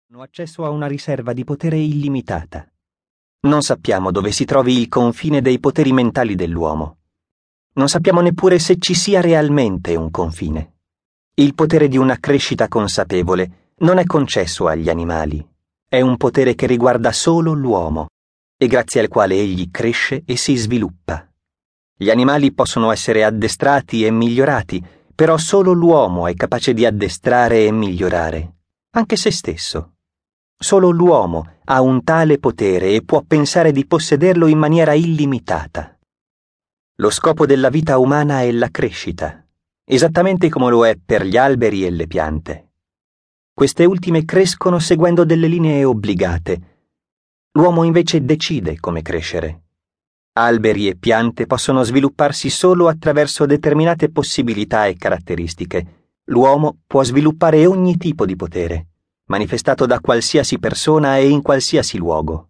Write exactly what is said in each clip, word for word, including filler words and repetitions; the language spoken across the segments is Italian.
Hanno accesso a una riserva di potere illimitata. Non sappiamo dove si trovi il confine dei poteri mentali dell'uomo. Non sappiamo neppure se ci sia realmente un confine. Il potere di una crescita consapevole non è concesso agli animali. È un potere che riguarda solo l'uomo e grazie al quale egli cresce e si sviluppa. Gli animali possono essere addestrati e migliorati, però solo l'uomo è capace di addestrare e migliorare, anche se stesso. Solo l'uomo ha un tale potere e può pensare di possederlo in maniera illimitata. Lo scopo della vita umana è la crescita, esattamente come lo è per gli alberi e le piante. Queste ultime crescono seguendo delle linee obbligate. L'uomo invece decide come crescere. Alberi e piante possono svilupparsi solo attraverso determinate possibilità e caratteristiche. L'uomo può sviluppare ogni tipo di potere, manifestato da qualsiasi persona e in qualsiasi luogo.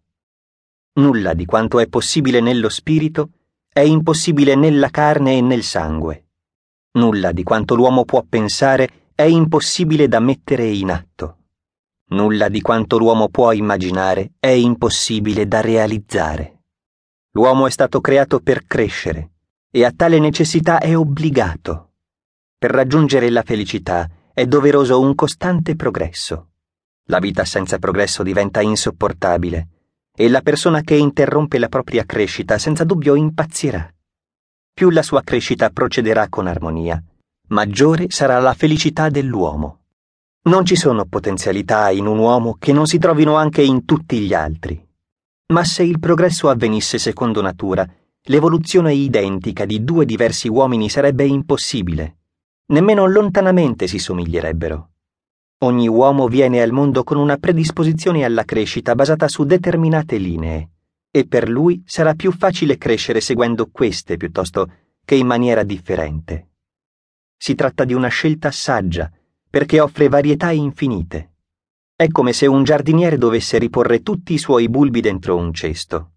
Nulla di quanto è possibile nello spirito è impossibile nella carne e nel sangue. Nulla di quanto l'uomo può pensare è impossibile da mettere in atto. Nulla di quanto l'uomo può immaginare è impossibile da realizzare. L'uomo è stato creato per crescere e a tale necessità è obbligato. Per raggiungere la felicità è doveroso un costante progresso. La vita senza progresso diventa insopportabile e la persona che interrompe la propria crescita senza dubbio impazzirà. Più la sua crescita procederà con armonia, maggiore sarà la felicità dell'uomo. Non ci sono potenzialità in un uomo che non si trovino anche in tutti gli altri. Ma se il progresso avvenisse secondo natura, l'evoluzione identica di due diversi uomini sarebbe impossibile. Nemmeno lontanamente si somiglierebbero. Ogni uomo viene al mondo con una predisposizione alla crescita basata su determinate linee, e per lui sarà più facile crescere seguendo queste piuttosto che in maniera differente. Si tratta di una scelta saggia, perché offre varietà infinite. È come se un giardiniere dovesse riporre tutti i suoi bulbi dentro un cesto.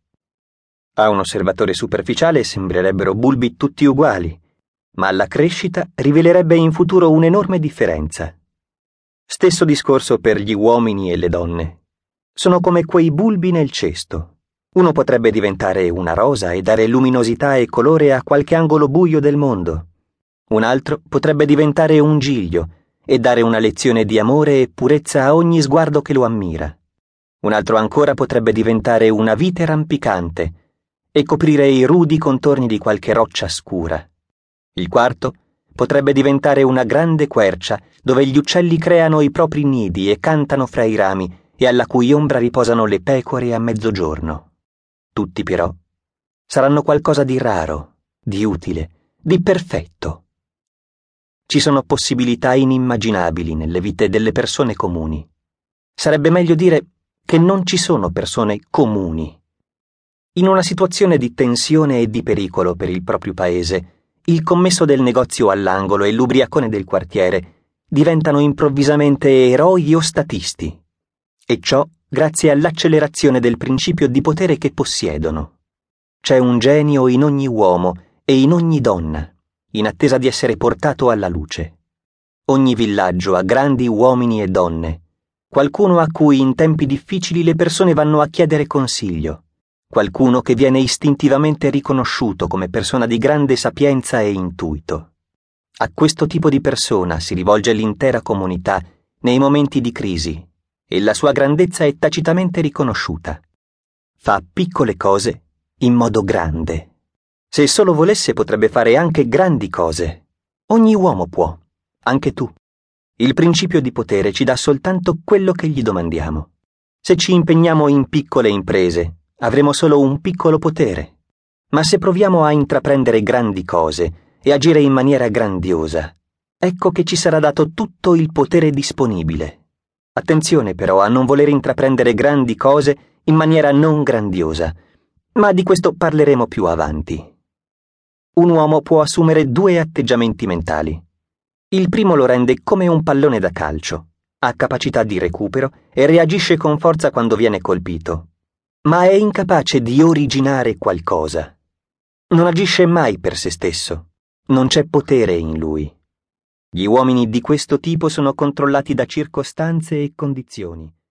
A un osservatore superficiale sembrerebbero bulbi tutti uguali, ma la crescita rivelerebbe in futuro un'enorme differenza. Stesso discorso per gli uomini e le donne. Sono come quei bulbi nel cesto. Uno potrebbe diventare una rosa e dare luminosità e colore a qualche angolo buio del mondo. Un altro potrebbe diventare un giglio e dare una lezione di amore e purezza a ogni sguardo che lo ammira. Un altro ancora potrebbe diventare una vite rampicante e coprire i rudi contorni di qualche roccia scura. Il quarto potrebbe diventare una grande quercia dove gli uccelli creano i propri nidi e cantano fra i rami e alla cui ombra riposano le pecore a mezzogiorno. Tutti però saranno qualcosa di raro, di utile, di perfetto. Ci sono possibilità inimmaginabili nelle vite delle persone comuni. Sarebbe meglio dire che non ci sono persone comuni. In una situazione di tensione e di pericolo per il proprio paese, il commesso del negozio all'angolo e l'ubriacone del quartiere diventano improvvisamente eroi o statisti, e ciò grazie all'accelerazione del principio di potere che possiedono. C'è un genio in ogni uomo e in ogni donna, in attesa di essere portato alla luce. Ogni villaggio ha grandi uomini e donne, qualcuno a cui in tempi difficili le persone vanno a chiedere consiglio, qualcuno che viene istintivamente riconosciuto come persona di grande sapienza e intuito. A questo tipo di persona si rivolge l'intera comunità nei momenti di crisi e la sua grandezza è tacitamente riconosciuta. Fa piccole cose in modo grande. Se solo volesse potrebbe fare anche grandi cose. Ogni uomo può, anche tu. Il principio di potere ci dà soltanto quello che gli domandiamo. Se ci impegniamo in piccole imprese, avremo solo un piccolo potere. Ma se proviamo a intraprendere grandi cose e agire in maniera grandiosa, ecco che ci sarà dato tutto il potere disponibile. Attenzione però a non voler intraprendere grandi cose in maniera non grandiosa, ma di questo parleremo più avanti. Un uomo può assumere due atteggiamenti mentali. Il primo lo rende come un pallone da calcio, ha capacità di recupero e reagisce con forza quando viene colpito, ma è incapace di originare qualcosa. Non agisce mai per se stesso, non c'è potere in lui. Gli uomini di questo tipo sono controllati da circostanze e condizioni.